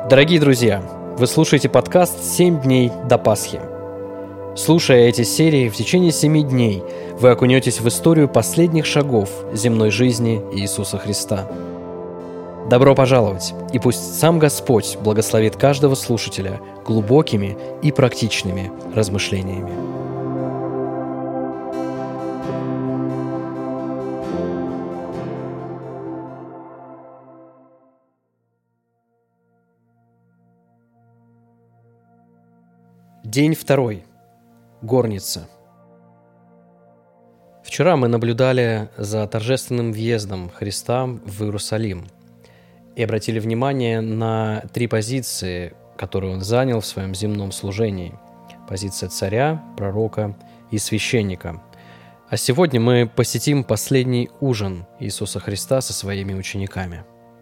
Дорогие друзья, вы слушаете подкаст «7 дней до Пасхи». Слушая эти серии, в течение 7 дней вы окунетесь в историю последних шагов земной жизни Иисуса Христа. Добро пожаловать, и пусть сам Господь благословит каждого слушателя глубокими и практичными размышлениями. День 2. Горница. Вчера мы наблюдали за торжественным въездом Христа в Иерусалим и обратили внимание на 3 позиции, которые он занял в своем земном служении. Позиция царя, пророка и священника. А сегодня мы посетим последний ужин Иисуса Христа со своими учениками.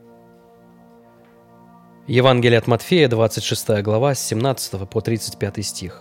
Евангелие от Матфея, 26 глава, с 17 по 35 стих.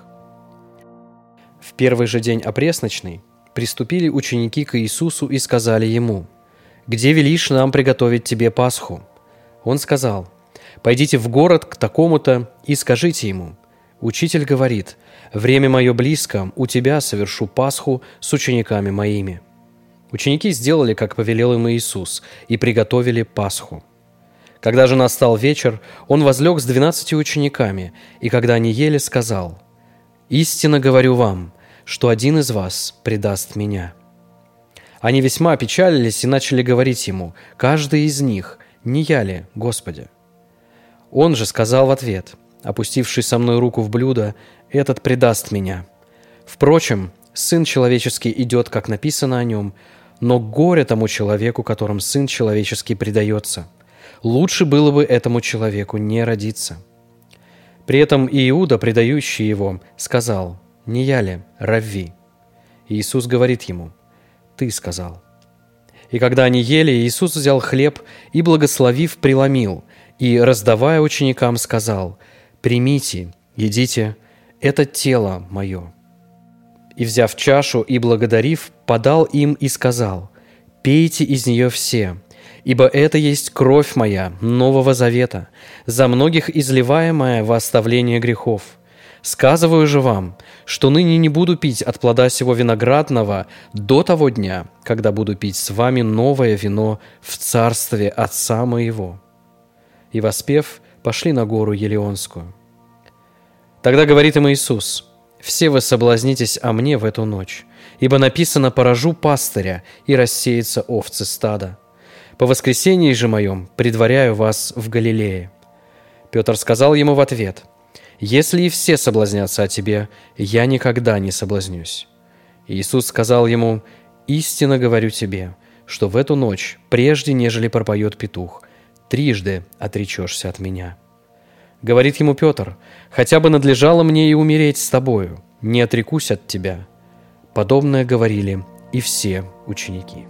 В первый же день опресночный приступили ученики к Иисусу и сказали Ему: «Где велишь нам приготовить Тебе Пасху?» Он сказал: «Пойдите в город к такому-то и скажите ему: Учитель говорит: время мое близко, у Тебя совершу Пасху с учениками моими». Ученики сделали, как повелел им Иисус, и приготовили Пасху. Когда же настал вечер, он возлег с 12 учениками, и когда они ели, сказал: «Истинно говорю вам, что один из вас предаст меня». Они весьма опечалились и начали говорить ему: «Каждый из них, не я ли, Господи?» Он же сказал в ответ: «Опустивший со мной руку в блюдо, этот предаст меня. Впрочем, Сын Человеческий идет, как написано о нем, но горе тому человеку, которому Сын Человеческий предается. Лучше было бы этому человеку не родиться». При этом Иуда, предающий его, сказал: «Не я ли, Равви?» И Иисус говорит ему: «Ты сказал». И когда они ели, Иисус взял хлеб и, благословив, преломил, и, раздавая ученикам, сказал: «Примите, едите, это тело мое». И, взяв чашу и благодарив, подал им и сказал: «Пейте из нее все, ибо это есть кровь моя Нового Завета, за многих изливаемая во оставление грехов. Сказываю же вам, что ныне не буду пить от плода сего виноградного до того дня, когда буду пить с вами новое вино в царстве Отца моего». И, воспев, пошли на гору Елеонскую. Тогда говорит им Иисус: «Все вы соблазнитесь о мне в эту ночь, ибо написано: поражу пастыря, и рассеются овцы стада. По воскресении же моем предваряю вас в Галилее». Петр сказал ему в ответ: «Если и все соблазнятся о тебе, я никогда не соблазнюсь». И Иисус сказал ему: «Истинно говорю тебе, что в эту ночь, прежде нежели пропоет петух, 3 отречешься от меня». Говорит ему Петр: «Хотя бы надлежало мне и умереть с тобою, не отрекусь от тебя». Подобное говорили и все ученики.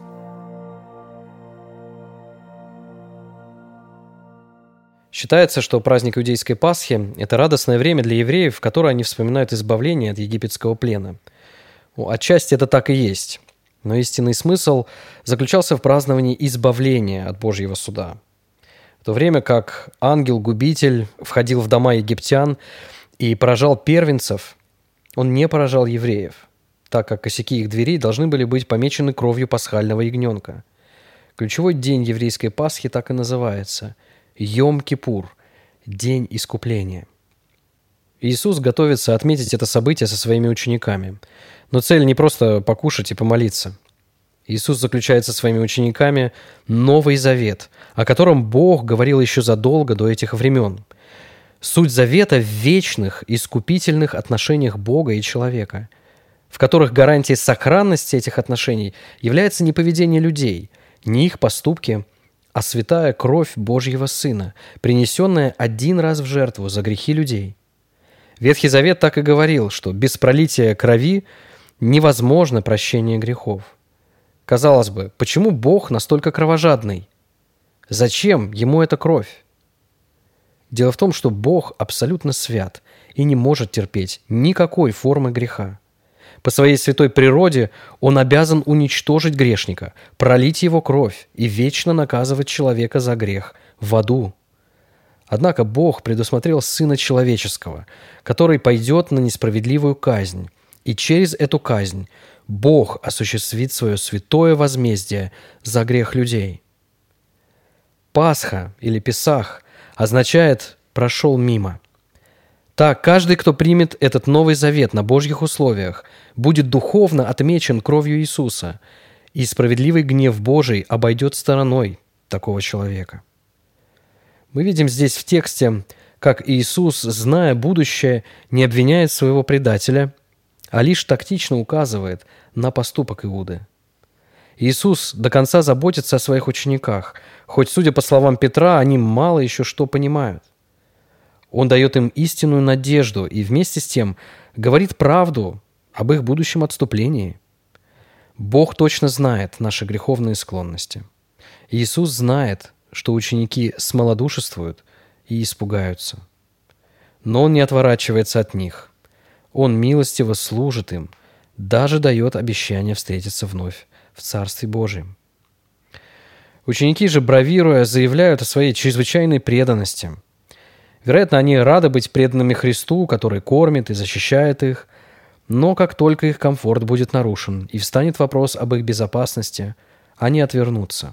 Считается, что праздник иудейской Пасхи – это радостное время для евреев, в которое они вспоминают избавление от египетского плена. Отчасти это так и есть, но истинный смысл заключался в праздновании избавления от Божьего суда. В то время как ангел-губитель входил в дома египтян и поражал первенцев, он не поражал евреев, так как косяки их дверей должны были быть помечены кровью пасхального ягненка. Ключевой день еврейской Пасхи так и называется – Йом-Кипур – День искупления. Иисус готовится отметить это событие со своими учениками. Но цель не просто покушать и помолиться. Иисус заключает со своими учениками Новый Завет, о котором Бог говорил еще задолго до этих времен. Суть завета в вечных, искупительных отношениях Бога и человека, в которых гарантией сохранности этих отношений является не поведение людей, не их поступки, а святая кровь Божьего Сына, принесенная один раз в жертву за грехи людей. Ветхий Завет так и говорил, что без пролития крови невозможно прощение грехов. Казалось бы, почему Бог настолько кровожадный? Зачем ему эта кровь? Дело в том, что Бог абсолютно свят и не может терпеть никакой формы греха. По своей святой природе он обязан уничтожить грешника, пролить его кровь и вечно наказывать человека за грех в аду. Однако Бог предусмотрел Сына Человеческого, который пойдет на несправедливую казнь, и через эту казнь Бог осуществит свое святое возмездие за грех людей. Пасха или Песах означает «прошел мимо». Так, каждый, кто примет этот Новый Завет на Божьих условиях, будет духовно отмечен кровью Иисуса, и справедливый гнев Божий обойдет стороной такого человека. Мы видим здесь в тексте, как Иисус, зная будущее, не обвиняет своего предателя, а лишь тактично указывает на поступок Иуды. Иисус до конца заботится о своих учениках, хоть, судя по словам Петра, они мало еще что понимают. Он дает им истинную надежду и вместе с тем говорит правду об их будущем отступлении. Бог точно знает наши греховные склонности. Иисус знает, что ученики смолодушествуют и испугаются. Но Он не отворачивается от них. Он милостиво служит им, даже дает обещание встретиться вновь в Царстве Божьем. Ученики же, бравируя, заявляют о своей чрезвычайной преданности. Вероятно, они рады быть преданными Христу, который кормит и защищает их, но как только их комфорт будет нарушен и встанет вопрос об их безопасности, они отвернутся.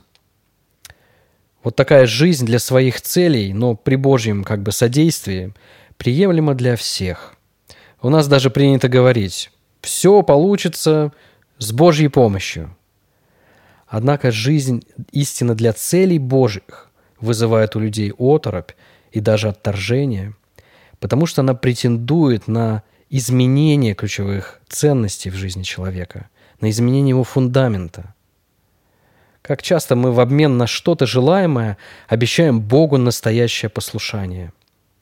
Вот такая жизнь для своих целей, но при Божьем содействии, приемлема для всех. У нас даже принято говорить: «Все получится с Божьей помощью». Однако жизнь истинно для целей Божьих вызывает у людей оторопь и даже отторжение, потому что она претендует на изменение ключевых ценностей в жизни человека, на изменение его фундамента. Как часто мы в обмен на что-то желаемое обещаем Богу настоящее послушание.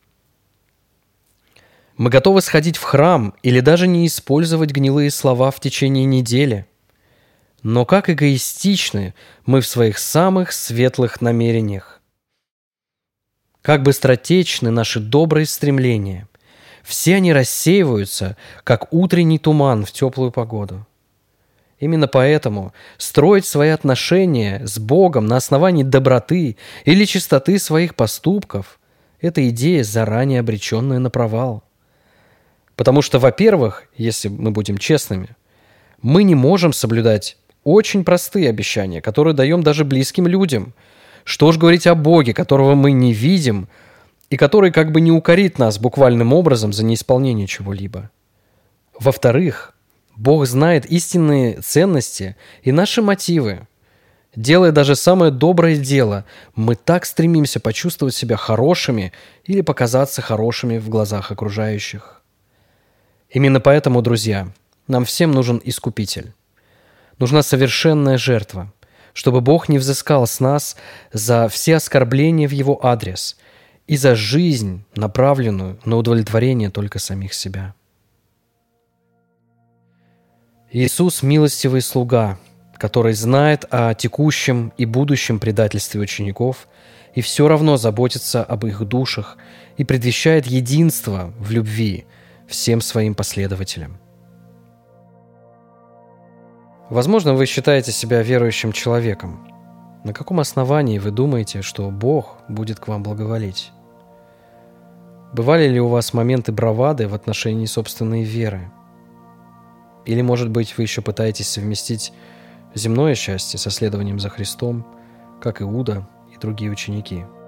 Мы готовы сходить в храм или даже не использовать гнилые слова в течение недели. Но как эгоистичны мы в своих самых светлых намерениях. Как быстротечны наши добрые стремления. Все они рассеиваются, как утренний туман в теплую погоду. Именно поэтому строить свои отношения с Богом на основании доброты или чистоты своих поступков – это идея, заранее обреченная на провал. Потому что, во-первых, если мы будем честными, мы не можем соблюдать очень простые обещания, которые даем даже близким людям. Что ж говорить о Боге, которого мы не видим, и который не укорит нас буквальным образом за неисполнение чего-либо. Во-вторых, Бог знает истинные ценности и наши мотивы. Делая даже самое доброе дело, мы так стремимся почувствовать себя хорошими или показаться хорошими в глазах окружающих. Именно поэтому, друзья, нам всем нужен Искупитель. Нужна совершенная жертва, чтобы Бог не взыскал с нас за все оскорбления в Его адрес и за жизнь, направленную на удовлетворение только самих себя. Иисус – милостивый слуга, который знает о текущем и будущем предательстве учеников и все равно заботится об их душах и предвещает единство в любви всем своим последователям. Возможно, вы считаете себя верующим человеком. На каком основании вы думаете, что Бог будет к вам благоволить? Бывали ли у вас моменты бравады в отношении собственной веры? Или, может быть, вы еще пытаетесь совместить земное счастье со следованием за Христом, как Иуда и другие ученики?